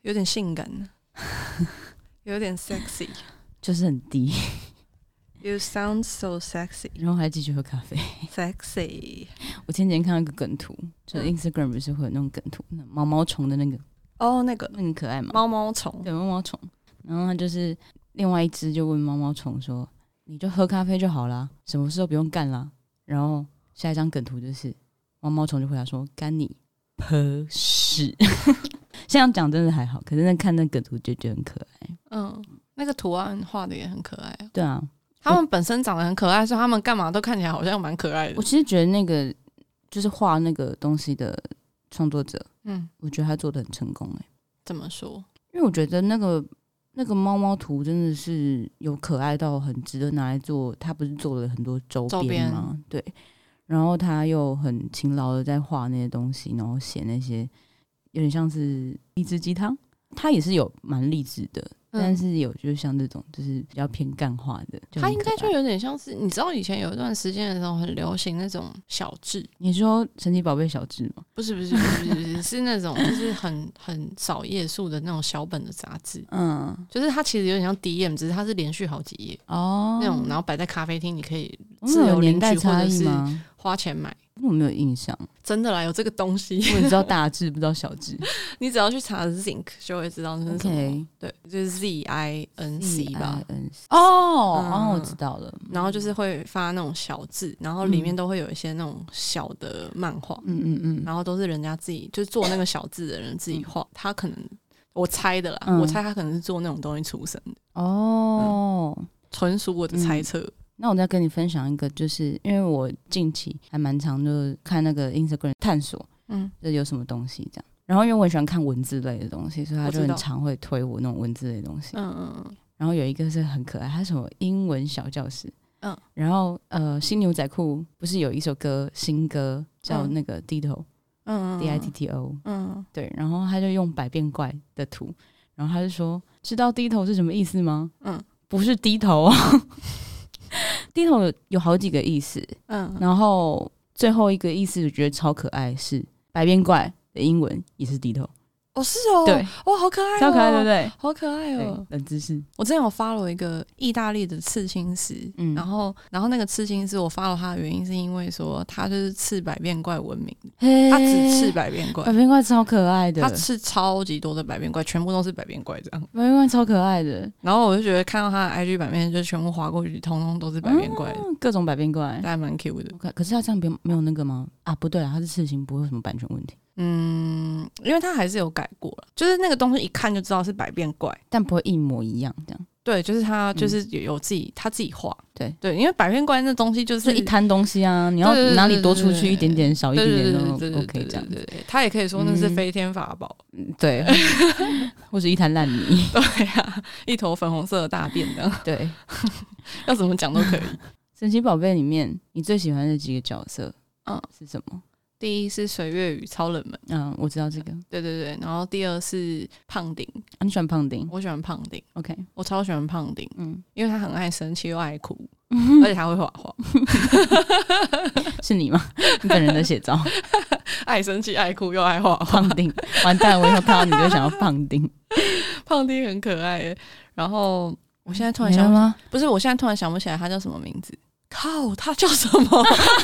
有点性感有点 sexy， 就是很低。 You sound so sexy， 然后还继续喝咖啡。 sexy。 我前几天看到一个梗图，就是 Instagram 不是会有那种梗图，毛毛虫的那个那个很可爱嘛， 毛毛虫， 对，毛毛虫。然后他就是另外一只就问毛毛虫说：“你就喝咖啡就好啦，什么事都不用干啦。”然后下一张梗图就是毛毛虫就回答说：“干你破事。”这样讲真的还好，可是看那梗图就觉得很可爱。 那个图案画的也很可爱啊。 对啊， 他们本身长得很可爱，所以他们干嘛都看起来好像蛮可爱的。 我其实觉得那个就是画那个东西的创作者，我觉得他做的很成功欸。 怎么说？ 因为我觉得那个猫猫图真的是有可爱到很值得拿来做，他不是做了很多周边吗？对，然后他又很勤劳的在画那些东西，然后写那些有点像是励志鸡汤，他也是有蛮励志的。但是有就是像这种就是比较偏干化的， 它应该就有点像是，你知道以前有一段时间的时候很流行那种小志。 你说神奇宝贝小志吗？ 不是是那种就是很少页数的那种小本的杂志。就是它其实有点像 DM， 只是它是连续好几页那种，然后摆在咖啡厅，你可以自由领取或者是花钱买。 我没有印象， 真的啦，有这个东西。 我只知道大志，不知道小志。 你只要去查 Zinc 就会知道那是什么。Okay. 对，就是 ZINC 吧。 我知道了。 然后就是会发那种小字，然后里面都会有一些那种小的漫画。然后都是人家自己就是做那个小字的人自己画。他可能我猜的啦，我猜他可能是做那种东西出身的。纯属我的猜测。 那我再跟你分享一个，就是因为我近期还蛮常就看那个 Instagram 探索，就有什么东西这样。然后因为我很喜欢看文字类的东西，所以他就很常会推我那种文字类的东西。然后有一个是很可爱，它是什么英文小教室。然后新牛仔裤不是有一首歌新歌叫那个 Ditto， DITTO， 对，然后他就用百变怪的图，然后他就说知道低头是什么意思吗？不是低头啊。低头有好几个意思，然后最后一个意思我觉得超可爱，是百变怪的英文也是低头。 是哦， 对， 好可爱哦， 超可爱，对不对？ 好可爱哦， 冷知识。我之前有 follow 一个意大利的刺青师，然后那个刺青师我 follow 他的原因是因为说他就是刺百变怪闻名，他只刺百变怪， 百变怪超可爱的， 他刺超级多的百变怪，全部都是百变怪这样， 百变怪超可爱的。 然后我就觉得看到他的 IG 版面就全部滑过去，通通都是百变怪， 各种百变怪， 还蛮 Q 的。 可是他这样没有那个吗？不对啊，他是刺青，不会有什么版权问题。 因为他还是有改过了，就是那个东西一看就知道是百变怪， 但不会一模一样这样。 对，就是他就是有他自己画。 对， 因为百变怪那东西就是一摊东西啊，你要哪里多出去一点点，少一点点都 OK 这样。 对，他也可以说那是飞天法宝。 对，或者一滩烂泥。 对啊，一坨粉红色的大便这样。对，要怎么讲都可以。 神奇宝贝里面你最喜欢的几个角色是什么？ 第一是水月雨，超冷门。 我知道这个。 对，然后第二是胖丁。 你喜欢胖丁？ 我喜欢胖丁。 OK， 我超喜欢胖丁。因为他很爱生气又爱哭，而且他会画画。 是你吗？你本人的写照。 爱生气爱哭又爱画画。 胖丁，完蛋！我以后看到你就想要胖丁。 胖丁很可爱耶。然后我现在突然想吗？不是，我现在突然想不起来他叫什么名字。靠，他叫什么？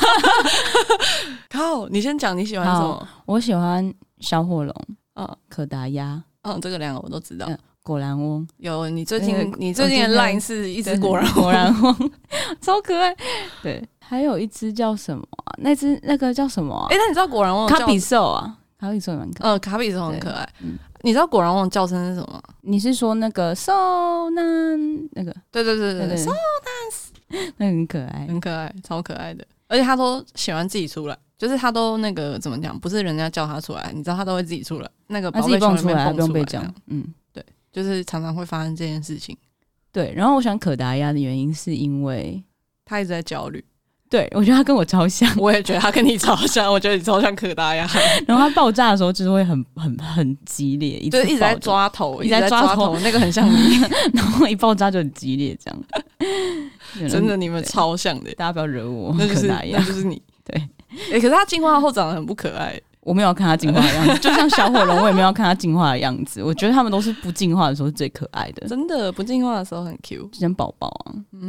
靠，你先讲你喜欢什么？ 我喜欢小火龙，可达鸭， 这个两个我都知道。 果然翁有，你最近的 line 是一只果然翁，超可爱。对，还有一只叫什么？那个叫什么？ 那你知道果然翁卡比兽啊？卡比兽也蛮可爱。 卡比兽很可爱。你知道果然翁的叫声是什么？ 你是说那个 so nan 那个？ 对 so nice。 那很可爱， 很可爱，超可爱的，而且他都喜欢自己出来，就是他都那个怎么讲，不是人家叫他出来，你知道他都会自己出来，那个宝贝熊里面蹦出来， 不用被叫。 对，就是常常会发生这件事情。 对，然后我想可达鸭的原因是因为他一直在焦虑。 对，我觉得他跟我超像。 我也觉得他跟你超像，我觉得你超像可达鸭。 然后他爆炸的时候就是会很激烈， 就一直在抓头，一直在抓头，那个很像你。 然后一爆炸就很激烈，这样。 真的，你们超像的， 大家不要惹我。 那就是你。 对， 可是他进化后长得很不可爱。 我没有要看它进化的样子，就像小火龙，我也没有要看它进化的样子。我觉得他们都是不进化的时候是最可爱的， 真的不进化的时候很 Q， 就像宝宝啊。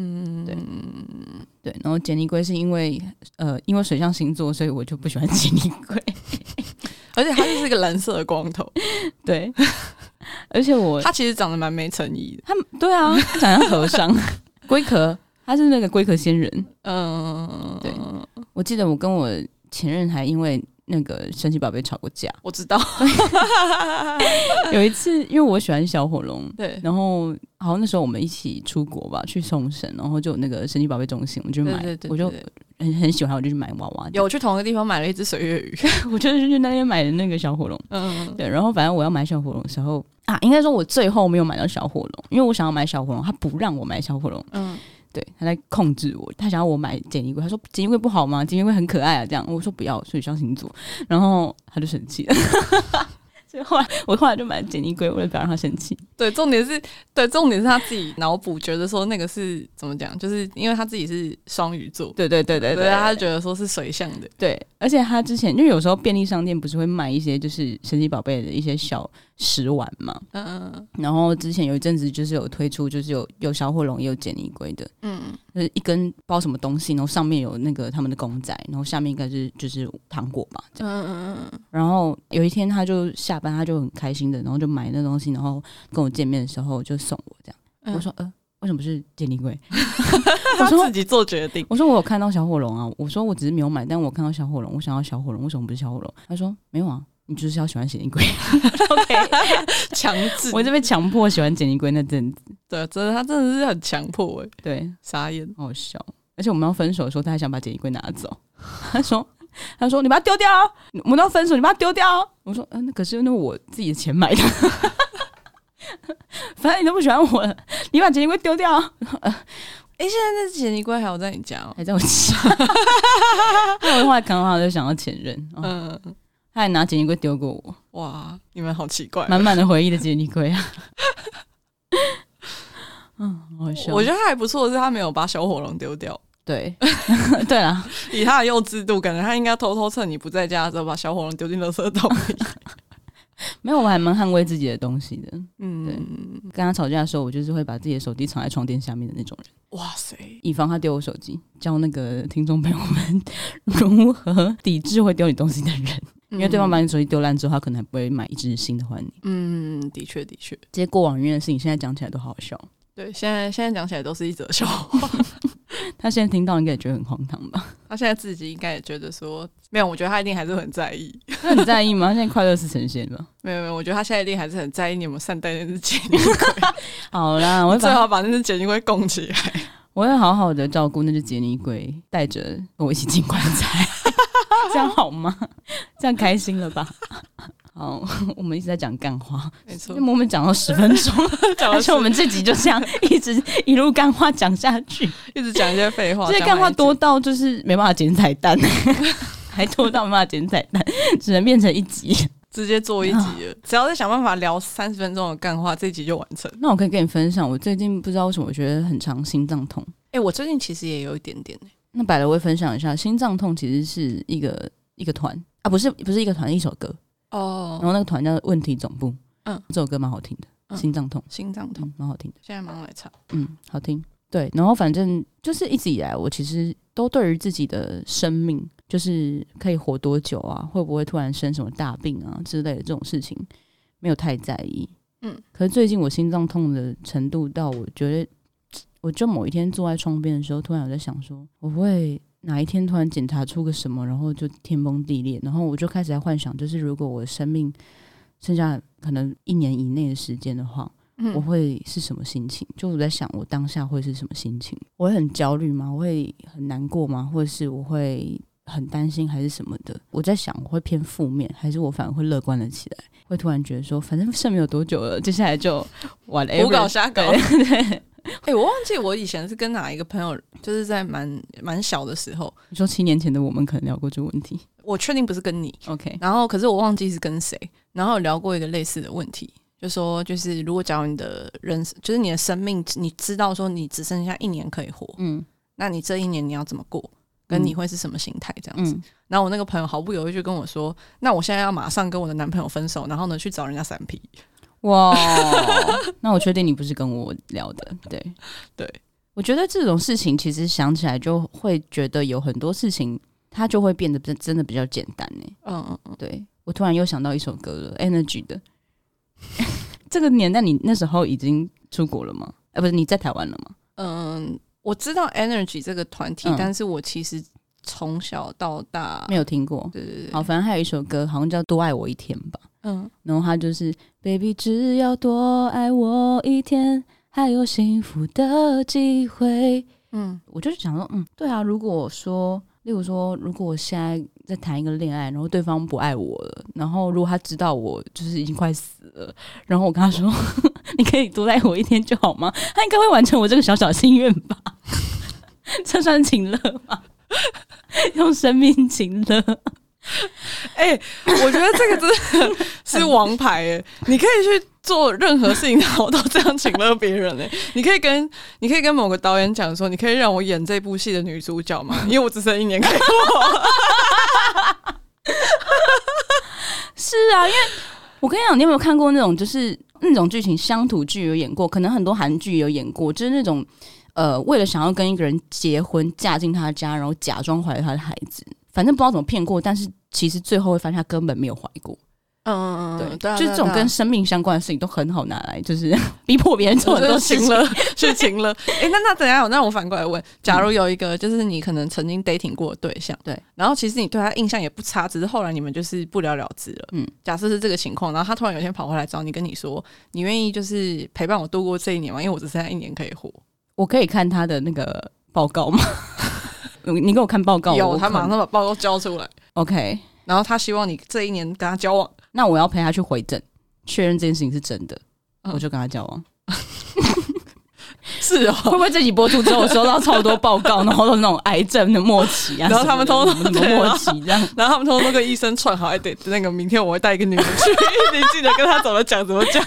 对。然后杰尼龟是因为水象星座，所以我就不喜欢杰尼龟， 而且它就是一个蓝色的光头， 对。而且它其实长得蛮没诚意的， 对啊，长得和尚，龟壳，他是那个龟壳仙人。对。我记得我跟我前任还因为那个神奇宝贝吵过架， 我知道。 有一次，因为我喜欢小火龙， 对， 然后好像那时候我们一起出国吧，去冲绳，然后就有那个神奇宝贝中心，我就买， 对我就很喜欢，我就去买娃娃。 有去同一个地方买了一只水月鱼， 我就是去那边买的那个小火龙。对，然后反正我要买小火龙的时候啊，应该说我最后没有买到小火龙，因为我想要买小火龙，他不让我买小火龙。对，他在控制我，他想要我买杰尼龟，他说杰尼龟不好吗？杰尼龟很可爱啊，这样我说不要，水象星座，然后他就生气了。所以我后来就买杰尼龟，为了不要让他生气。 对，重点是他自己脑补，觉得说那个是怎么讲，就是因为他自己是双鱼座， 对， 他就觉得说是水象的。 对，而且他之前因为有时候便利商店不是会卖一些就是神奇宝贝的一些小食玩嘛，然后之前有一阵子就是有推出，就是有小火龙也有杰尼龟的，就是一根不知道什么东西，然后上面有那个他们的公仔，然后下面应该是就是糖果吧，然后有一天他就下班，他就很开心的，然后就买那东西，然后跟我见面的时候就送我这样。我说为什么是杰尼龟？ 我说自己做决定。 我说我有看到小火龙啊，我说我只是没有买，但我看到小火龙，我想要小火龙，为什么不是小火龙？他说没有啊，你就是要喜欢杰尼龟。OK， 强制， 我这边强迫喜欢杰尼龟那阵子。 对，他真的是很强迫对， 傻眼， 好笑。而且我们要分手的时候，他还想把杰尼龟拿走。他说你把它丢掉，我们要分手，你把它丢掉。我说那可是那我自己的钱买的。反正你都不喜欢我了，你把杰尼龟丢掉。 现在那只杰尼龟还有在你家还在我家。我后来看到他就想要前任，他还拿杰尼龟丢过我。 哇，你们好奇怪， 满满的回忆的杰尼龟啊。好笑。 我觉得他还不错的是他没有把小火龙丢掉。 对。对啦， 以他的幼稚度，感觉他应该偷偷趁你不在家的时候把小火龙丢进垃圾桶里。 没有，我还蛮捍卫自己的东西的。对，跟他吵架的时候，我就是会把自己的手机藏在床垫下面的那种人。 哇塞， 以防他丢我手机。教那个听众朋友们如何抵制会丢你东西的人。因为对方把你手机丢烂之后，他可能还不会买一只新的还你。 的确， 这些过往云的事情，现在讲起来都好笑。 对，现在讲起来都是一则笑话。 他现在听到应该也觉得很荒唐吧？ 他现在自己应该也觉得说，没有，我觉得他一定还是很在意。 他很在意吗？现在快乐是呈现了。 没有，我觉得他现在一定还是很在意你有没有善待那只杰尼龟。 好啦，我最好把那只杰尼龟供起来。 我会好好的照顾那只杰尼龟，带着跟我一起进棺材。这样好吗？这样开心了吧？好，我们一直在讲干话， 没错， 我们讲到10分钟，而且我们这集就这样一路干话讲下去， 一直讲一些废话， 这些干话多到就是没办法剪彩蛋，还多到没办法剪彩蛋，只能变成一集， 直接做一集了。只要再想办法聊30分钟的干话，这一集就完成。 那我可以跟你分享，我最近不知道为什么我觉得很常心脏痛。 我最近其实也有一点点。 那百乐我会分享一下，心脏痛其实是一个团啊，不是一个团，一首歌。然后那个团叫问题总部，这首歌蛮好听的，心脏痛蛮好听的， 现在马上来唱， 好听。对，然后反正就是一直以来，我其实都对于自己的生命，就是可以活多久啊，会不会突然生什么大病啊之类的这种事情，没有太在意。可是最近我心脏痛的程度到，我觉得，我就某一天坐在窗边的时候，突然有在想说，我会哪一天突然检查出个什么，然后就天崩地裂，然后我就开始在幻想，就是如果我的生命剩下可能1年以内的时间的话，我会是什么心情？就我在想，我当下会是什么心情？我会很焦虑吗？我会很难过吗？或者是我会很担心，还是什么的？我在想，我会偏负面，还是我反而会乐观了起来？会突然觉得说，反正剩没有多久了，接下来就whatever， 胡搞瞎搞。 对， 我忘记我以前是跟哪一个朋友，就是在蛮小的时候。 你说7年前的我们可能聊过这个问题， 我确定不是跟你 OK， 然后可是我忘记是跟谁，然后有聊过一个类似的问题，就说就是如果假如你的人就是你的生命，你知道说你只剩下1年可以活，那你这1年你要怎么过？ 跟你会是什么心态这样子。然后我那个朋友毫不犹豫就跟我说，那我现在要马上跟我的男朋友分手，然后呢去找人家3P。 哇，那我确定你不是跟我聊的。对，我觉得这种事情其实想起来就会觉得有很多事情它就会变得真的比较简单对，我突然又想到一首歌了 Energy 的这个年代你那时候已经出国了吗？不是，你在台湾了吗？ 我知道 Energy 这个团体，但是我其实从小到大没有听过。 对， 好，反正还有一首歌好像叫多爱我一天吧。然后他就是 Baby 只要多爱我一天，还有幸福的机会。我就是想说对啊，如果说例如说如果我现在在谈一个恋爱，然后对方不爱我了，然后如果他知道我就是已经快死了，然后我跟他说你可以多爱我一天就好吗？他应该会完成我这个小小心愿吧这算情勒吗？用生命情勒我觉得这个真的是王牌你可以去做任何事情然后都这样请了别人你可以跟某个导演讲说，你可以让我演这部戏的女主角吗？因为我只剩1年可以活是啊，因为我跟你讲，你有没有看过那种就是那种剧情，乡土剧有演过，可能很多韩剧有演过，就是那种为了想要跟一个人结婚，嫁进他家，然后假装怀了他的孩子，反正不知道怎么骗过，但是其实最后会发现他根本没有怀过。对，就是这种跟生命相关的事情都很好拿来，就是逼迫别人做很多事情去情了。那怎样？那我反过来问，假如有一个就是你可能曾经 dating 过的对象，对，然后其实你对他印象也不差，只是后来你们就是不了了之了。假设是这个情况，然后他突然有一天跑回来找你，跟你说，你愿意就是陪伴我度过这1年吗？因为我只剩下1年可以活。 我可以看他的那个报告吗？你给我看报告， 有，他马上把报告交出来。 OK， 然后他希望你这1年跟他交往。 那我要陪他去回诊，确认这件事情是真的，我就跟他交往。 是会不会这集播出之后收到超多报告，然后都那种癌症的末期啊， 然后他们通通什么末期这样， 然后他们通通都跟医生串好，对，那个明天我会带一个女人去，你记得跟他怎么讲。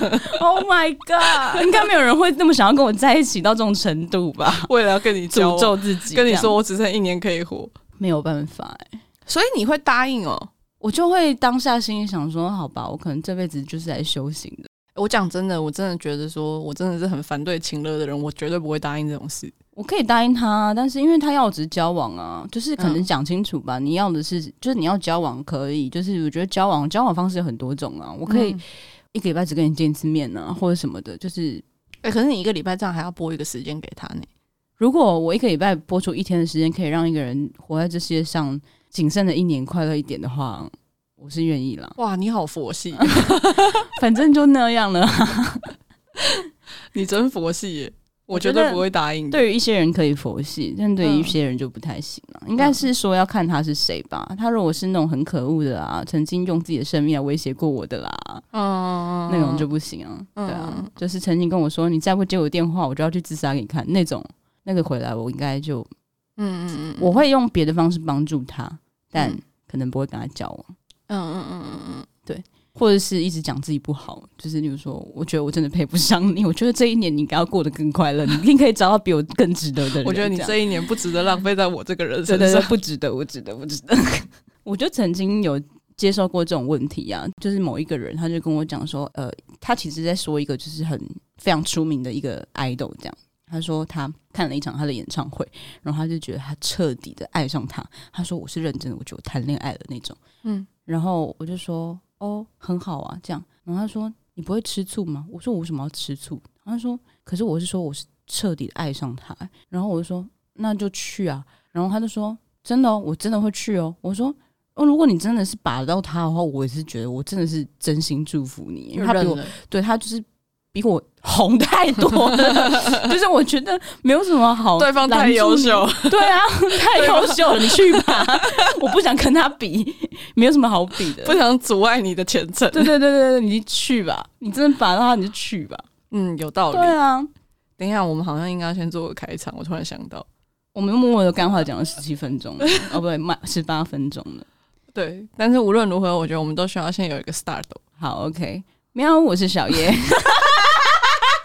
Oh my god， 应该没有人会那么想要跟我在一起到这种程度吧？ 为了要跟你交往， 诅咒自己， 跟你说我只剩1年可以活， 没有办法所以你会答应我就会当下心里想说，好吧，我可能这辈子就是来修行的。 我讲真的，我真的觉得说，我真的是很反对情勒的人，我绝对不会答应这种事。 我可以答应他，但是因为他要只是交往啊，就是可能讲清楚吧。你要的是，就是你要交往可以，就是我觉得交往方式有很多种啊。我可以1个礼拜只跟你见1次面啊，或者什么的，就是。 可是你1个礼拜这样还要拨一个时间给他呢。 如果我1个礼拜拨出1天的时间，可以让一个人活在这世界上仅剩的1年快乐一点的话，我是愿意啦。 哇，你好佛系反正就那样了你真佛系耶，我绝对不会答应。 对于一些人可以佛系，但对于一些人就不太行了。应该是说要看他是谁吧。他如果是那种很可恶的啊，曾经用自己的生命来威胁过我的啦，那种就不行啊。对啊，就是曾经跟我说你再不接我电话我就要去自杀给你看那种，那个回来我应该就我会用别的方式帮助他，但可能不会跟他交往。对，或者是一直讲自己不好，就是例如说我觉得我真的配不上你，我觉得这1年你应该要过得更快乐，你一定可以找到比我更值得的人。 我觉得你这1年不值得浪费在我这个人身上。 对，不值得我就曾经有接受过这种问题啊，就是某一个人他就跟我讲说他其实在说一个就是非常出名的一个 idol 这样。他说他看了一场他的演唱会，然后他就觉得他彻底的爱上他。他说我是认真的，我觉得我谈恋爱了那种。然后我就说很好啊这样。然后他说你不会吃醋吗？我说我为什么要吃醋？他说可是我是说我是彻底的爱上他。然后我就说那就去啊。然后他就说真的我真的会去哦。我说如果你真的是把到他的话，我也是觉得我真的是真心祝福你，因为他比我对他就是比我红太多了就是我觉得没有什么好， 对方太优秀对啊，太优秀了你去吧我不想跟他比，没有什么好比的， 不想阻碍你的前程。 对，你去吧，你真的把到他你就去吧。 有道理。 对啊， 等一下我们好像应该先做个开场，我突然想到我们默默的干话讲了17分钟了不对18分钟了。 对，但是无论如何我觉得我们都需要先有一个 start。 好 OK， 喵，我是小叶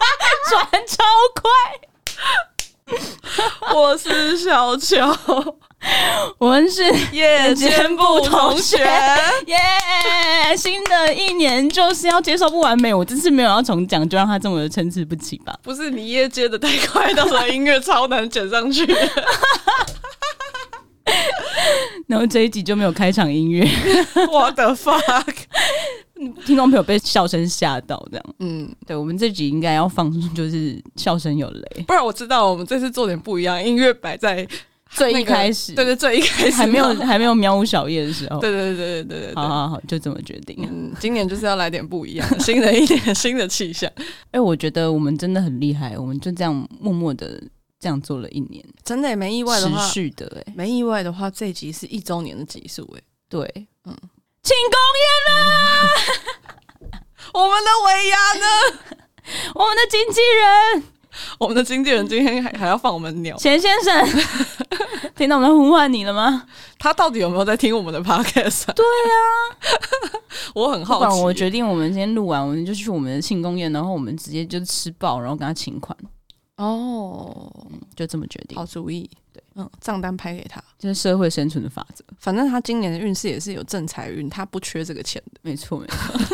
转超快我是小乔我们是夜间部同学耶！新的一年就是要接受不完美，我这次没有要重讲，就让他这么的参差不齐吧。 不是你夜接的太快，到时候音乐超难剪上去。 然后这一集就没有开场音乐 What the fuck？ 听众朋友被笑声吓到，这样。对，我们这集应该要放就是笑声有雷， 不然我知道我们这次做点不一样，音乐摆在最一开始， 对对，最一开始还没有喵呜小夜的时候， 对， 好，就这么决定。 今年就是要来点不一样，新的一点，新的气象。 我觉得我们真的很厉害，我们就这样默默的这样做了1年， 真的没意外的话， 持续的没意外的话，这一集是1周年的集数对，庆功宴啦！ 我们的尾牙呢？ 我们的经纪人。 我们的经纪人今天还要放我们鸟， 钱先生，听到我们呼唤你了吗？ 他到底有没有在听我们的 podcast？ 对啊， 我很好奇。 我决定，我们今天录完，我们就去我们的庆功宴，然后我们直接就吃爆，然后跟他请款。就这么决定。 好主意。对，账单拍给他， 这是社会生存的法则。 反正他今年的运势也是有正财运，他不缺这个钱的。 没错。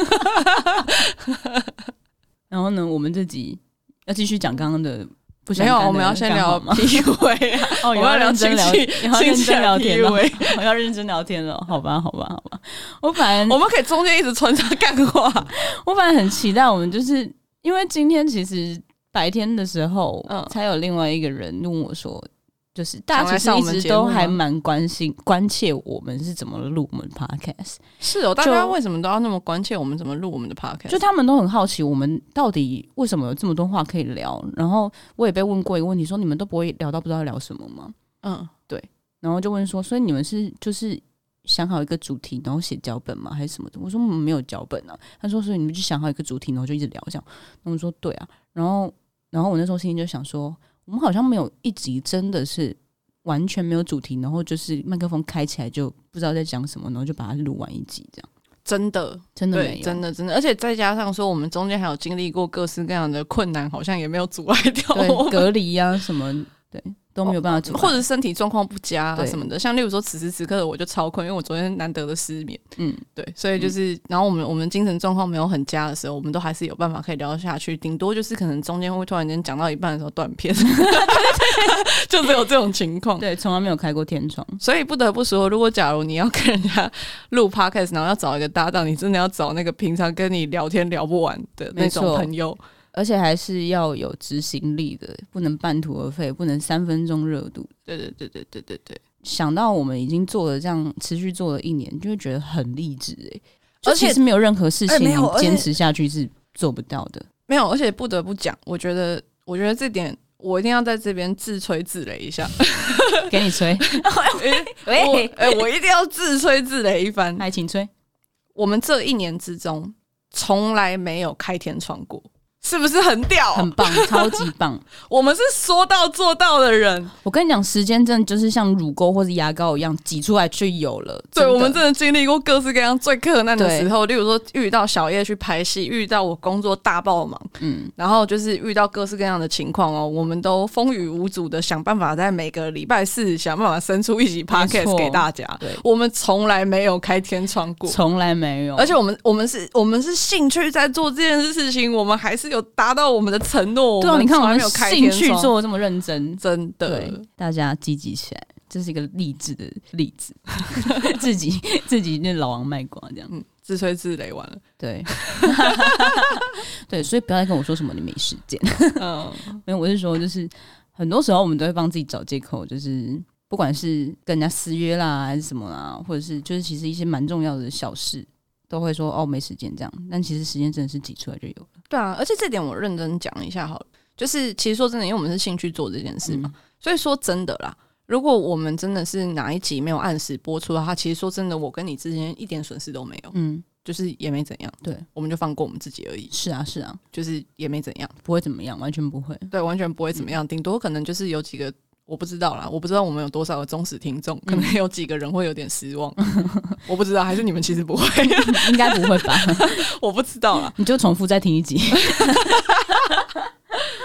然后呢，我们这集要继续讲刚刚的不想干的， 没有，我们要先聊 PUA 啊。我们要聊亲戚， 要认真聊天了。我要认真聊天了，好吧。我们可以中间一直穿插干话。 我本来很期待，我们就是因为今天其实白天的时候，才有另外一个人问我说，就是大家其实一直都还蛮关切我们是怎么录我们的 podcast。 是哦，大家为什么都要那么关切我们怎么录我们的 podcast？ 就他们都很好奇我们到底为什么有这么多话可以聊。然后我也被问过一个问题，说你们都不会聊到不知道聊什么吗？对。然后就问说，所以你们是就是想好一个主题，然后写脚本吗？还是什么的？我说我们没有脚本啊。他说，所以你们就想好一个主题，然后就一直聊这样。那我说对啊。然后我那时候心里就想说，我们好像没有一集真的是完全没有主题，然后就是麦克风开起来就不知道在讲什么，然后就把它录完一集这样。 真的没有，真的，而且再加上说我们中间还有经历过各式各样的困难，好像也没有阻碍掉我们， 隔离啊什么，对，都没有办法阻碍， 或者身体状况不佳什么的。像例如说此时此刻的我就超困，因为我昨天难得的失眠，对，所以就是然后我们精神状况没有很佳的时候，我们都还是有办法可以聊下去，顶多就是可能中间会突然间讲到一半的时候断片，就只有这种情况。 对，从来没有开过天窗。 所以不得不说，如果假如你要跟人家录 podcast， 然后要找一个搭档，你真的要找那个平常跟你聊天聊不完的那种朋友， 而且还是要有执行力的，不能半途而废，不能3分钟热度。 对。 想到我们已经做了这样，持续做了1年，就会觉得很励志而且其实没有任何事情坚持下去是做不到的。 没有，而且不得不讲，我觉得这点我一定要在这边自吹自擂一下。 给你吹。 我一定要自吹自擂一番。 来，请吹。 我们这1年之中从来没有开天窗过，是不是很屌？ 很棒，超级棒。 我们是说到做到的人。 我跟你讲，时间真的就是像乳沟或是牙膏一样挤出来就有了。 对，我们真的经历过各式各样最困难的时候，例如说遇到小叶去拍戏，遇到我工作大爆忙，然后就是遇到各式各样的情况我们都风雨无阻的想办法在每个礼拜4想办法生出一集 podcast 给大家。我们从来没有开天窗过， 从来没有。 而且我们是兴趣在做这件事情，我们还是有达到我们的承诺。 对啊，你看我们兴趣做得这么认真， 真的。 对，大家积极起来，这是一个励志的例子。自己那老王卖瓜这样， 自吹自擂完了。对， 对，所以不要再跟我说什么你没时间。没有，我是说，就是很多时候我们都会帮自己找借口，就是不管是跟人家私约啦，还是什么啦，或者是就是其实一些蛮重要的小事。都会说没时间这样，但其实时间真的是挤出来就有了。 对啊，而且这点我认真讲一下好了，就是其实说真的，因为我们是兴趣做这件事嘛，所以说真的啦，如果我们真的是哪一集没有按时播出的话，其实说真的，我跟你之间一点损失都没有，就是也没怎样， 对， 我们就放过我们自己而已。 是啊， 就是也没怎样， 不会怎么样，完全不会， 对，完全不会怎么样，顶多可能就是有几个。我不知道啦，我不知道我们有多少个忠实听众，可能有几个人会有点失望，我不知道，还是你们其实不会， 应该不会吧？ 我不知道啦， 你就重复再听一集。 就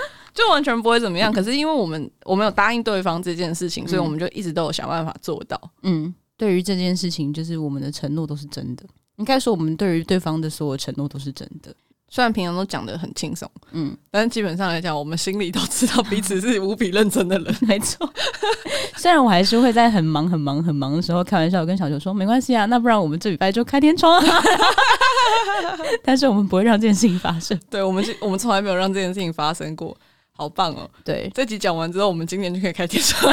完全不会怎么样。可是因为我们有答应对方这件事情，所以我们就一直都有想办法做到。 对于这件事情，就是我们的承诺都是真的。应该说，我们对于对方的所有承诺都是真的。 虽然平常都讲得很轻松，但是基本上来讲，我们心里都知道彼此是无比认真的人。 没错，虽然我还是会在很忙的时候开玩笑跟小球说，没关系啊，那不然我们这礼拜就开天窗啊。但是我们不会让这件事情发生。 对，我们从来没有让这件事情发生过，好棒哦！ 对， 这集讲完之后，我们今年就可以开天窗。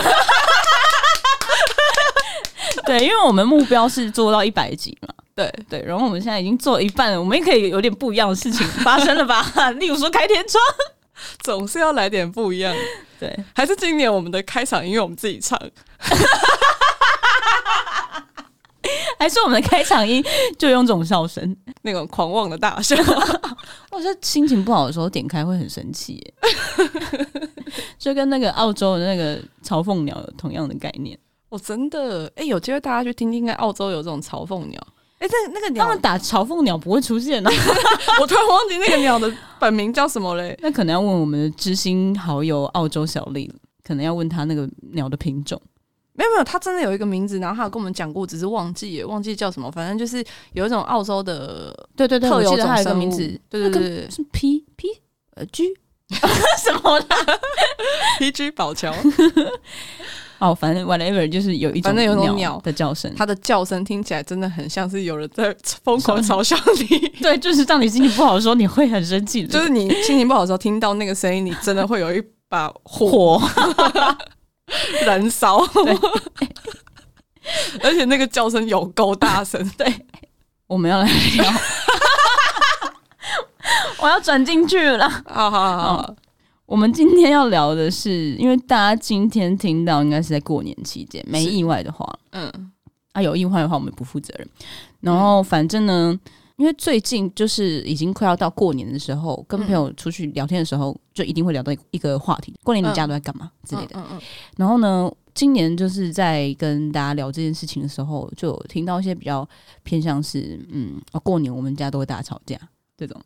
对，因为我们目标是做到100集嘛。 对， 然后我们现在已经做了一半了，我们也可以有点不一样的事情发生了吧？例如说开天窗， 总是要来点不一样。 对， 还是今年我们的开场音乐我们自己唱， 还是我们的开场音就用这种笑声， 那种狂妄的大笑。 我觉得心情不好的时候点开会很生气耶，就跟那个澳洲的那个嘲讽鸟有同样的概念。 真的，有机会大家去听听看，澳洲有这种嘲讽鸟。那个鸟， 他们打嘲讽鸟不会出现啊。 我突然忘记那个鸟的本名叫什么嘞？ 那可能要问我们的知心好友澳洲小丽了，可能要问他那个鸟的品种。 没有，他真的有一个名字，然后他有跟我们讲过，只是忘记叫什么。反正就是有一种澳洲的， 对， 特有种还有一个名字， 对， 是 G 什么啦 ？PG 宝桥。 反正 whatever 就是有一种鸟的叫声， 它的叫声听起来真的很像是有人在疯狂嘲笑你。 对，就是当你心情不好的时候，你会很生气的。 就是你心情不好的时候，听到那个声音，你真的会有一把火燃烧。而且那个叫声有够大声。 对，我们要来聊，我要转进去了。好。我们今天要聊的是，因为大家今天听到应该是在过年期间，没意外的话，有意外的话我们不负责任。然后反正呢，因为最近就是已经快要到过年的时候，跟朋友出去聊天的时候，就一定会聊到一个话题：过年你家都在干嘛之类的。然后呢，今年就是在跟大家聊这件事情的时候，就有听到一些比较偏向是，过年我们家都会大吵架。这种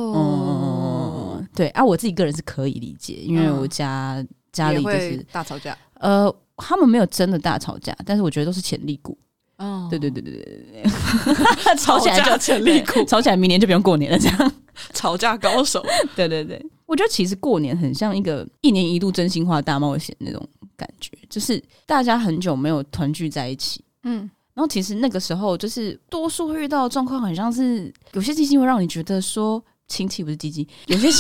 对啊，我自己个人是可以理解，因为我家里就是大吵架。 他们没有真的大吵架，但是我觉得都是潜力股。对，吵起来就潜力股， 吵起来明年就不用过年了，这样吵架高手。 对，我觉得其实过年很像一个1年1度真心话大冒险那种感觉，就是大家很久没有团聚在一起。然后其实那个时候就是多数会遇到的状况，很像是有些亲戚会让你觉得说亲戚不是鸡鸡，有些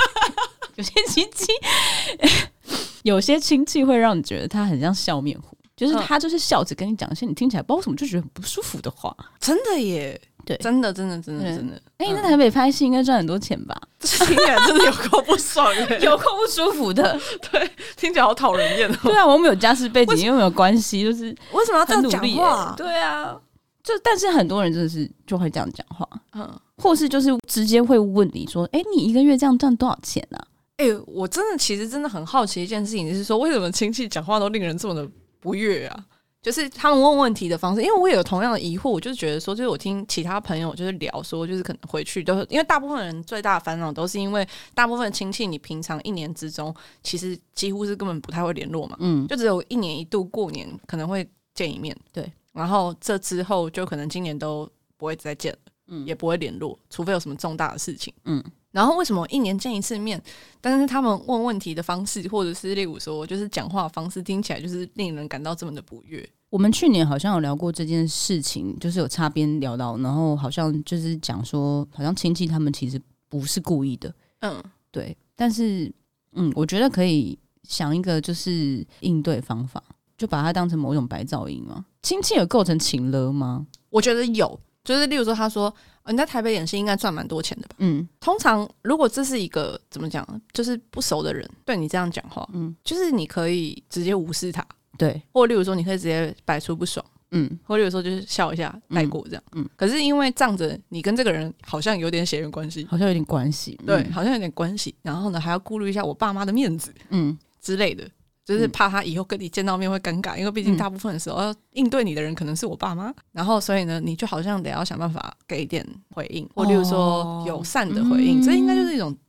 亲戚会让你觉得他很像笑面虎，就是他就是笑着跟你讲一些你听起来不知道为什么就觉得很不舒服的话。 真的耶，对，真的。 你在台北拍戏应该赚很多钱吧？ 听起来真的有够不爽耶， 有够不舒服的。 对，听起来好讨人厌哦。 对啊，我们有家世背景，又没有关系，就是为什么要这样讲话？ 对啊，但是很多人真的是就会这样讲话，或是就是直接会问你说：“你一个月这样赚多少钱啊？” 我其实真的很好奇一件事情，就是说为什么亲戚讲话都令人这么的不悦啊？就是他们问问题的方式，因为我也有同样的疑惑，我就是觉得说，就是我听其他朋友就是聊说，就是可能回去都是因为大部分人最大的烦恼都是因为大部分亲戚你平常1年之中其实几乎是根本不太会联络嘛，就只有1年1度过年可能会见一面，对，然后这之后就可能今年都不会再见了，也不会联络，除非有什么重大的事情，然后为什么1年见一次面，但是他们问问题的方式，或者是例如说就是讲话的方式，听起来就是令人感到这么的不悦。 我们去年好像有聊过这件事情，就是有擦边聊到，然后好像就是讲说，好像亲戚他们其实不是故意的，对，但是我觉得可以想一个就是应对方法，就把它当成某种白噪音嘛。亲戚有构成情勒吗？ 我觉得有。就是例如说他说你在台北演戏应该赚蛮多钱的吧，通常如果这是一个怎么讲，就是不熟的人对你这样讲话，就是你可以直接无视他，对，或例如说你可以直接摆出不爽，或例如说就是笑一下带过这样，可是因为仗着你跟这个人好像有点血缘关系， 好像有点关系， 对，好像有点关系，然后呢还要顾虑一下我爸妈的面子，之类的，就是怕他以后跟你见到面会尴尬，因为毕竟大部分的时候要应对你的人可能是我爸妈，然后所以呢你就好像得要想办法给一点回应，或例如说友善的回应，这应该就是一种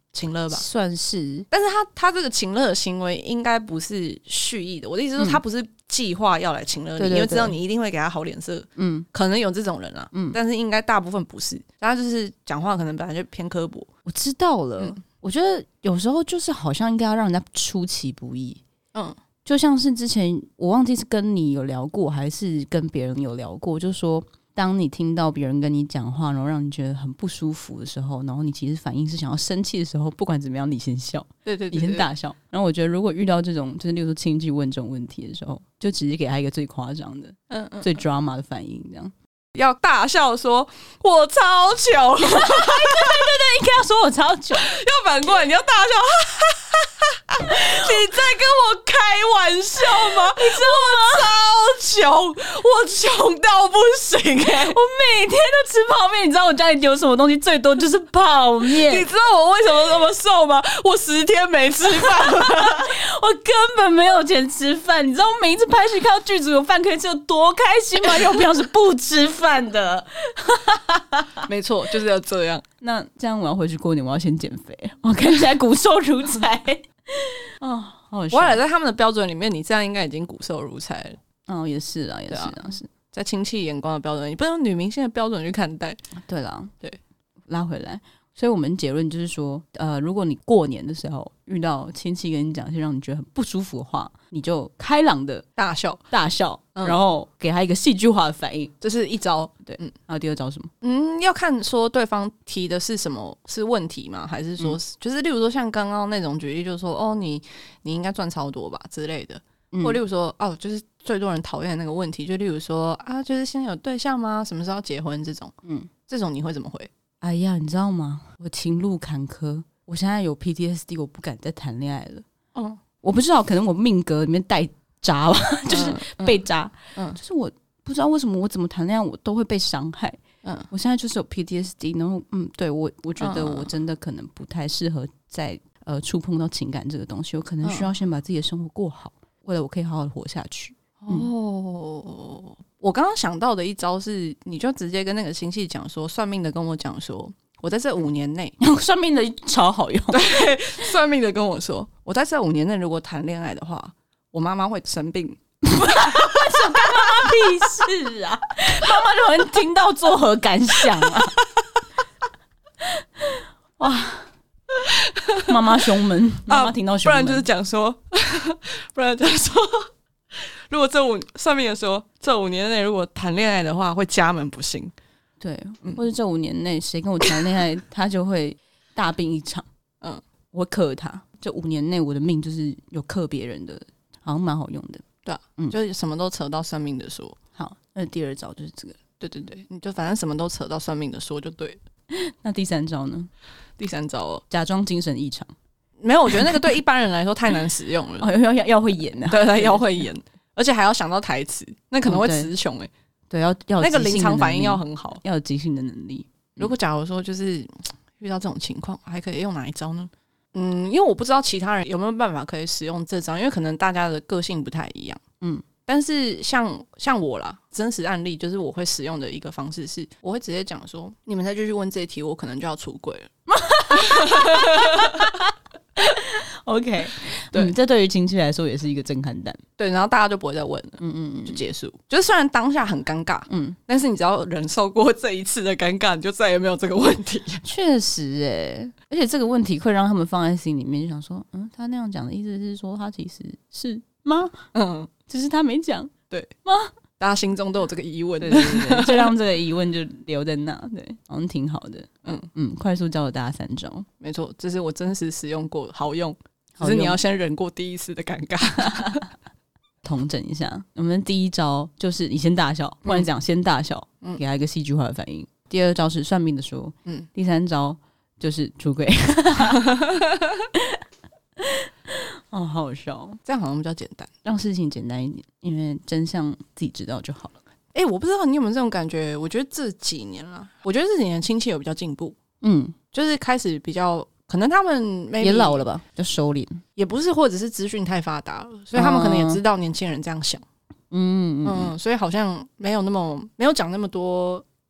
情勒吧， 算是。 但是他这个情勒的行为应该不是蓄意的。我的意思是说，他不是计划要来情勒你，因为知道你一定会给他好脸色。可能有这种人啊，但是应该大部分不是。他就是讲话可能本来就偏刻薄。 我知道了，我觉得有时候就是好像应该要让人家出其不意。就像是之前我忘记是跟你有聊过，还是跟别人有聊过，就是说。当你听到别人跟你讲话，然后让你觉得很不舒服的时候，然后你其实反应是想要生气的时候，不管怎么样，你先笑， 对， 你先大笑。然后我觉得，如果遇到这种，就是例如说亲戚问这种问题的时候，就直接给他一个最夸张的、最 drama 的反应，这样要大笑说“我超穷”，对， 应该要说我超穷， 要反过来你要大笑，你在跟我开玩笑吗？你知道我超穷，我穷到不行我每天都吃泡面。你知道我家里有什么东西最多就是泡面。 你知道我为什么那么瘦吗？我10天没吃饭我根本没有钱吃饭。你知道我每一次拍戏看到剧组有饭可以吃有多开心吗？又不要是不吃饭的没错，就是要这样。 那这样我要回去过年，我要先减肥，我看起来骨瘦如柴好笑。 我来在他们的标准里面，你这样应该已经骨瘦如柴了。 也是啊，也是啊，是在亲戚眼光的标准，你不能用女明星的标准去看待。 对啦， 对， 拉回来。所以我们结论就是说，如果你过年的时候遇到亲戚跟你讲一些让你觉得很不舒服的话，你就开朗的大笑，然后给他一个戏剧化的反应， 这是一招。对， 还有第二招什么？ 要看说对方提的是什么，是问题吗？还是说，就是例如说像刚刚那种举例，就是说你应该赚超多吧之类的，或例如说就是最多人讨厌的那个问题，就例如说就是现在有对象吗？什么时候要结婚这种？这种你会怎么回？ 哎呀，你知道吗？我情路坎坷，我现在有 PTSD， 我不敢再谈恋爱了。我不知道，可能我命格里面带渣吧，就是被渣。就是我不知道为什么我怎么谈恋爱我都会被伤害。我现在就是有 PTSD， 然后对我觉得我真的可能不太适合再触碰到情感这个东西，我可能需要先把自己的生活过好，为了我可以好好的活下去。 我刚刚想到的一招是，你就直接跟那个亲戚讲说，算命的跟我讲说，我在这5年内， 算命的超好用。 对，算命的跟我说，我在这5年内如果谈恋爱的话，我妈妈会生病。 为什么干妈妈屁事啊？妈妈就能听到作何感想啊？哇！妈妈胸闷，妈妈听到胸闷， 不然就是讲说，如果算命的说，这5年内如果谈恋爱的话，会家门不幸。 对，或者这5年内谁跟我谈恋爱，他就会大病一场。我克他，这5年内我的命就是有克别人的，好像蛮好用的。 对啊，就是什么都扯到算命的说。 好，那第2招就是这个。 对，你就反正什么都扯到算命的说就对了。 那第3招呢？ 第3招假装精神异常。 没有，我觉得那个对一般人来说太难使用了。 要会演啊。 对，要会演，而且还要想到台词，那可能会词穷欸。 对，要那个临场反应要很好， 要有即兴的能力。 如果假如说就是遇到这种情况，还可以用哪一招呢？因为我不知道其他人有没有办法可以使用这招，因为可能大家的个性不太一样。但是像我啦，真实案例就是我会使用的一个方式是，我会直接讲说，你们再继续问这一题，我可能就要出柜了。 OK， 对，这对于亲戚来说也是一个震撼弹。 对，然后大家就不会再问了，就结束。就是虽然当下很尴尬，但是你只要忍受过这一次的尴尬，你就再也没有这个问题。 确实而且这个问题会让他们放在心里面，就想说，他那样讲的意思是说他其实是吗？只是他没讲， 对吗？ 大家心中都有这个疑问， 对，就让这个疑问就留在那，对，好像挺好的。快速教了大家3招， 没错，这是我真实使用过，好用。只是你要先忍过第一次的尴尬。 统整一下，我们第1招就是你先大笑，不然讲先大笑，给他一个戏剧化的反应。第2招是算命的说，第3招就是出轨。好好笑， 这样好像比较简单， 让事情简单一点，因为真相自己知道就好了。 我不知道你有没有这种感觉，我觉得这几年亲戚有比较进步，就是开始比较，可能他们也老了吧，就收敛， 也不是，或者是资讯太发达了，所以他们可能也知道年轻人这样想，所以好像没有讲那么多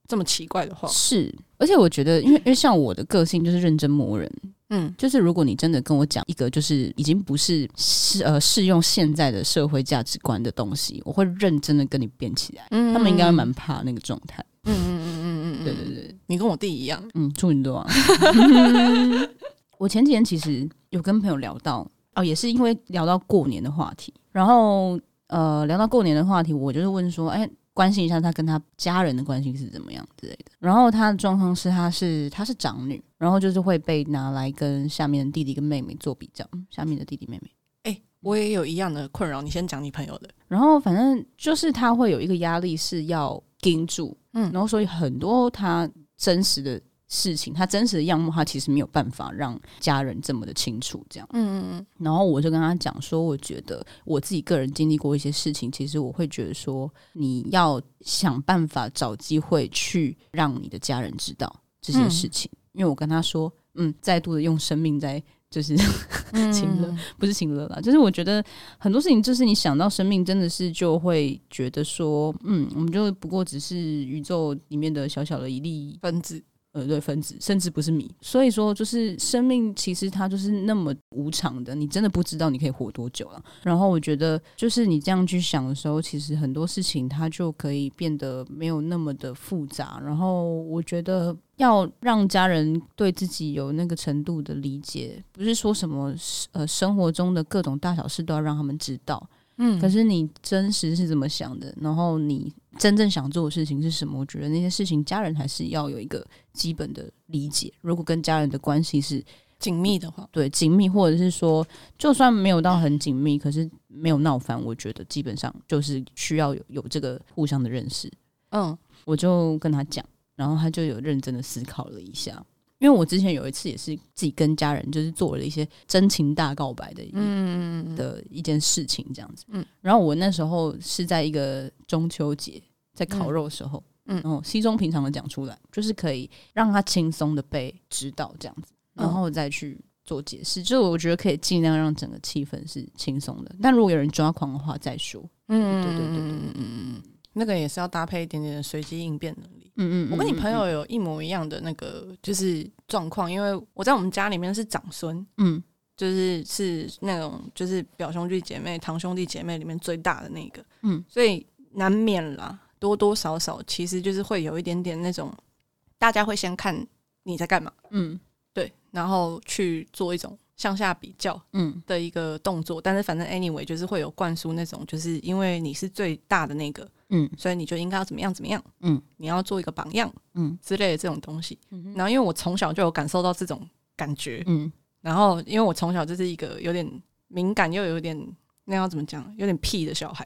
这么奇怪的话。 是，而且我觉得因为像我的个性就是认真磨人，就是如果你真的跟我讲一个就是已经不是适用现在的社会价值观的东西，我会认真的跟你辩起来。他们应该蛮怕那个状态。对对对， 你跟我弟一样， 处女座啊。我前几天其实有跟朋友聊到也是因为聊到过年的话题，然后聊到过年的话题，我就是问说，关心一下他跟他家人的关系是怎么样之类的。然后他的状况是她是长女，然后就是会被拿来跟下面的弟弟跟妹妹做比较，下面的弟弟妹妹。 我也有一样的困扰，你先讲你朋友的。 然后反正就是他会有一个压力是要盯住，然后所以很多他真实的事情，他真实的样貌，他其实没有办法让家人这么的清楚这样。然后我就跟他讲说，我觉得我自己个人经历过一些事情，其实我会觉得说，你要想办法找机会去让你的家人知道这些事情。因为我跟他说，再度的用生命在就是情勒，不是情勒啦，就是我觉得很多事情就是你想到生命真的是就会觉得说我们就不过只是宇宙里面的小小的一粒分子， 对，分子，甚至不是米。所以说就是生命其实它就是那么无常的，你真的不知道你可以活多久了。然后我觉得就是你这样去想的时候，其实很多事情它就可以变得没有那么的复杂。然后我觉得要让家人对自己有那个程度的理解，不是说什么生活中的各种大小事都要让他们知道。可是你真实是怎么想的，然后你真正想做的事情是什么，我觉得那些事情家人还是要有一个基本的理解。如果跟家人的关系是紧密的话， 对，紧密，或者是说就算没有到很紧密，可是没有闹翻，我觉得基本上就是需要有这个互相的认识。我就跟他讲，然后他就有认真的思考了一下。因为我之前有一次也是自己跟家人就是做了一些真情大告白的一件事情这样子。然后我那时候是在一个中秋节在烤肉的时候，然后稀松平常的讲出来，就是可以让他轻松的被知道这样子，然后再去做解释。就是我觉得可以尽量让整个气氛是轻松的，但如果有人抓狂的话再说。对， 那个也是要搭配一点点的随机应变能力。我跟你朋友有一模一样的那个就是状况，因为我在我们家里面是长孙，就是那种就是表兄弟姐妹、堂兄弟姐妹里面最大的那个，所以难免啦，多多少少其实就是会有一点点那种，大家会先看你在干嘛，对，然后去做一种向下比较的一个动作，但是反正 anyway 就是会有灌输那种，就是因为你是最大的那个，所以你就应该要怎么样怎么样，你要做一个榜样，之类的这种东西。然后因为我从小就有感受到这种感觉，然后因为我从小就是一个有点敏感又有点那要怎么讲，有点屁的小孩，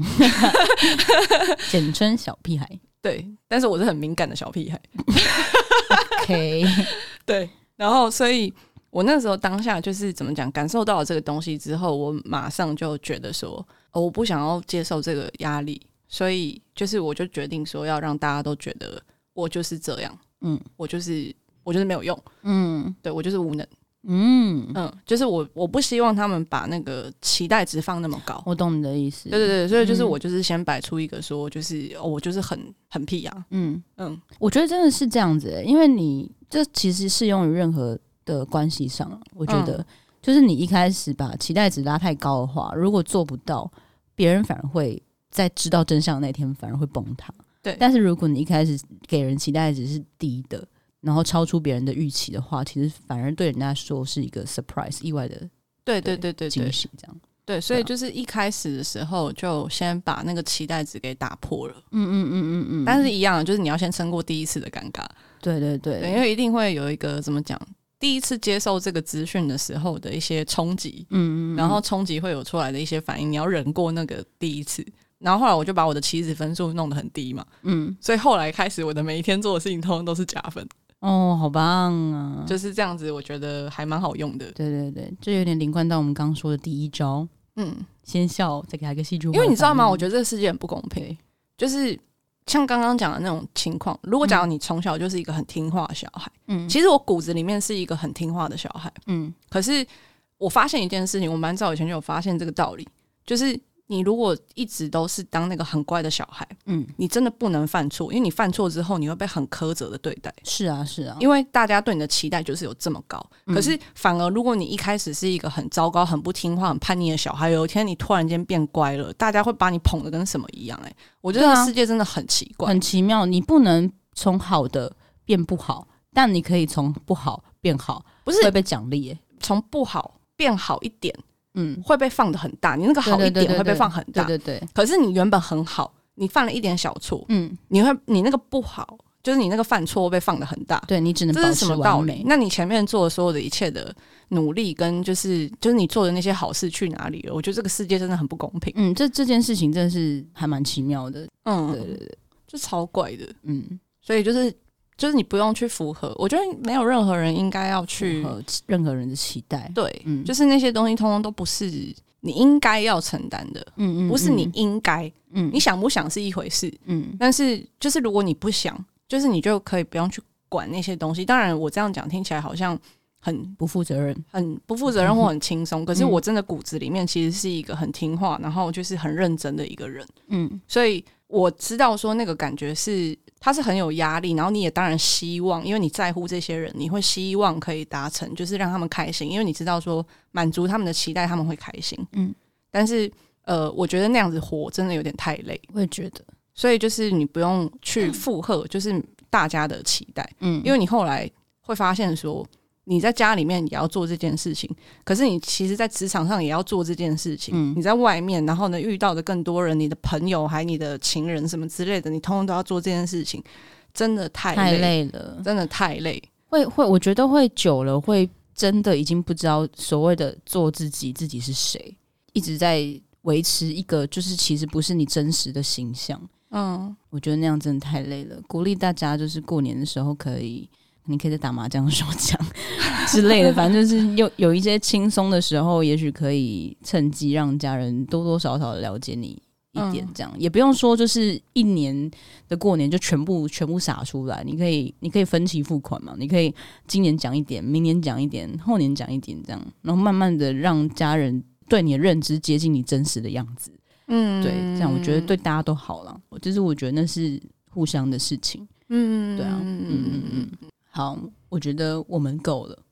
简称小屁孩。 对，但是我是很敏感的小屁孩。 OK， 对，然后所以我那时候当下就是怎么讲，感受到了这个东西之后，我马上就觉得说，我不想要接受这个压力，所以就是我就决定说要让大家都觉得我就是这样，我就是没有用，对，我就是无能，就是我不希望他们把那个期待值放那么高。 我懂你的意思。 对，所以就是我就是先摆出一个说，就是我就是很屁啊， 我觉得真的是这样子，因为你这其实适用于任何的关系上，我觉得就是你一开始把期待值拉太高的话，如果做不到，别人反而会在知道真相的那天反而会崩塌。 对， 但是如果你一开始给人期待值是低的，然后超出别人的预期的话，其实反而对人家说是一个 surprise 意外的， 对惊喜这样。 对，所以就是一开始的时候就先把那个期待值给打破了。但是一样，就是你要先撑过第一次的尴尬。对，因为一定会有一个怎么讲，第一次接受这个资讯的时候的一些冲击，然后冲击会有出来的一些反应，你要忍过那个第一次。然后后来我就把我的期值分数弄得很低嘛，所以后来开始我的每一天做的事情通通都是加分。 好棒啊！ 就是这样子，我觉得还蛮好用的。 对，就有点连贯到我们刚刚说的第一招，先笑再给他一个戏剧化。 因为你知道吗？我觉得这个世界很不公平，就是像刚刚讲的那种情况，如果假如你从小就是一个很听话的小孩，其实我骨子里面是一个很听话的小孩，可是我发现一件事情，我蛮早以前就有发现这个道理，就是你如果一直都是当那个很乖的小孩，你真的不能犯错，因为你犯错之后你会被很苛责的对待。 是啊是啊， 因为大家对你的期待就是有这么高，可是反而如果你一开始是一个很糟糕很不听话很叛逆的小孩，有一天你突然间变乖了，大家会把你捧得跟什么一样。我觉得这个世界真的很奇怪， 很奇妙。你不能从好的变不好，但你可以从不好变好，不是会被奖励从不好变好一点会被放得很大，你那个好一点会被放很大， 对。 可是你原本很好，你犯了一点小错，你那个不好，就是你那个犯错被放得很大， 对，你只能保持完美。这是什么道理？ 那你前面做的所有的一切的努力跟就是你做的那些好事去哪里了？我觉得这个世界真的很不公平。 这件事情真的是还蛮奇妙的，对， 就超怪的，所以就是你不用去符合，我觉得没有任何人应该要去符合任何人的期待。 对，就是那些东西通通都不是你应该要承担的，不是你应该，你想不想是一回事，但是就是如果你不想，就是你就可以不用去管那些东西。当然，我这样讲听起来好像很不负责任， 或很轻松，可是我真的骨子里面其实是一个很听话，然后就是很认真的一个人，所以我知道说那个感觉是他是很有压力，然后你也当然希望，因为你在乎这些人，你会希望可以达成，就是让他们开心，因为你知道说满足他们的期待，他们会开心。但是我觉得那样子活真的有点太累， 我也觉得， 所以就是你不用去附和，就是大家的期待，因为你后来会发现说，你在家里面也要做这件事情，可是你其实在职场上也要做这件事情，你在外面然后呢遇到的更多人，你的朋友还你的情人什么之类的，你通通都要做这件事情，真的太累了，真的太累。 会我觉得会久了会真的已经不知道所谓的做自己是谁，一直在维持一个就是其实不是你真实的形象。我觉得那样真的太累了。鼓励大家就是过年的时候你可以在打麻将的时候讲之类的，反正就是有一些轻松的时候，也许可以趁机让家人多多少少的了解你一点，这样也不用说就是一年的过年就全部撒出来，你可以分期付款嘛，你可以今年讲一点，明年讲一点，后年讲一点，这样，然后慢慢的让家人对你的认知接近你真实的样子。对，这样我觉得对大家都好了，就是我觉得那是互相的事情。对啊，好，我觉得我们够了。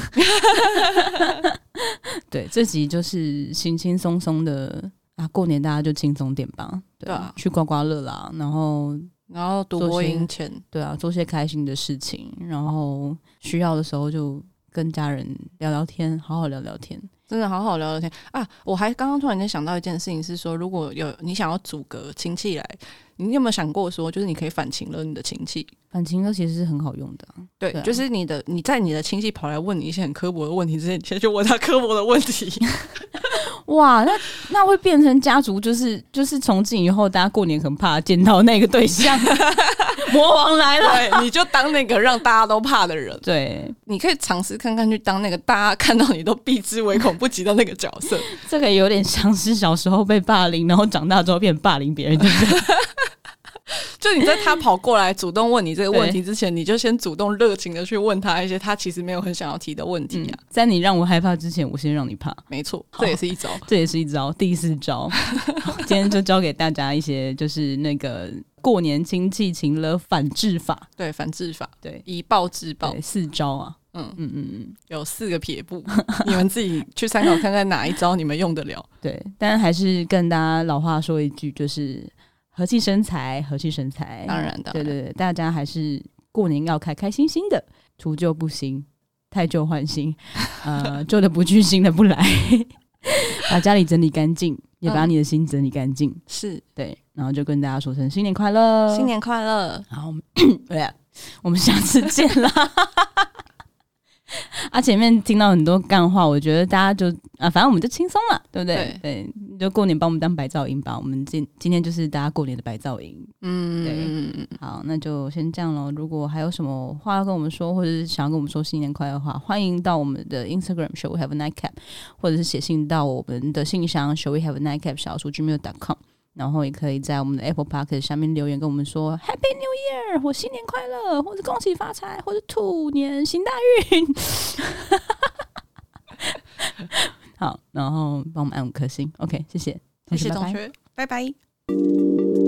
对，这集就是轻轻松松的啊，过年大家就轻松点吧。对啊，去刮刮乐啦，然后赌博赢钱， 对啊，做些开心的事情，然后需要的时候就跟家人聊聊天，好好聊聊天。 真的好好聊聊天啊！我还刚刚突然间想到一件事情，是说如果有你想要组个亲戚来，你有没有想过说，就是你可以反情了你的亲戚？ 反情了其实是很好用的， 对，就是你在你的亲戚跑来问你一些很刻薄的问题之前，你先去问他刻薄的问题。 哇，那会变成家族，就是从今以后，大家过年很怕见到那个对象，魔王来了， 对，你就当那个让大家都怕的人。 对， 你可以尝试看看去当那个大家看到你都避之唯恐不及的那个角色。 这个有点像是小时候被霸凌，然后长大之后变霸凌别人，对不对？ 就你在他跑过来主动问你这个问题之前，你就先主动热情的去问他一些他其实没有很想要提的问题啊。 在你让我害怕之前，我先让你怕。 没错，这也是一招， 这也是一招，第4招。今天就教给大家一些，就是那个过年亲戚情勒反制法。 对，反制法， 对， 以暴制暴， 对，4招啊。 有4个撇步，你们自己去参考看看哪一招你们用得了。 对，但还是跟大家老话说一句，就是和气生财，和气生财。 当然的， 对对对，大家还是过年要开开心心的，除旧不新，汰旧换新，旧的不去，新的不来。把家里整理干净，也把你的心整理干净。 是， 对，然后就跟大家说声新年快乐， 新年快乐。 好，我们下次见啦。前面听到很多干话，我觉得大家就反正我们就轻松嘛，对不对？对，就过年帮我们当白噪音吧。我们今天就是大家过年的白噪音。对，好，那就先这样咯。如果还有什么话要跟我们说，或者是想要跟我们说新年快乐的话，欢迎到我们的 Instagram Shall We Have a Nightcap， 或者是写信到我们的信箱 Shall We Have a Nightcap@gmail.com。然后也可以在我们的 Apple Podcast 下面留言跟我们说 Happy New Year 或新年快乐，或者恭喜发财，或者兔年行大运。好，然后帮我们按5颗星 OK， 谢谢。 谢谢同学，拜拜。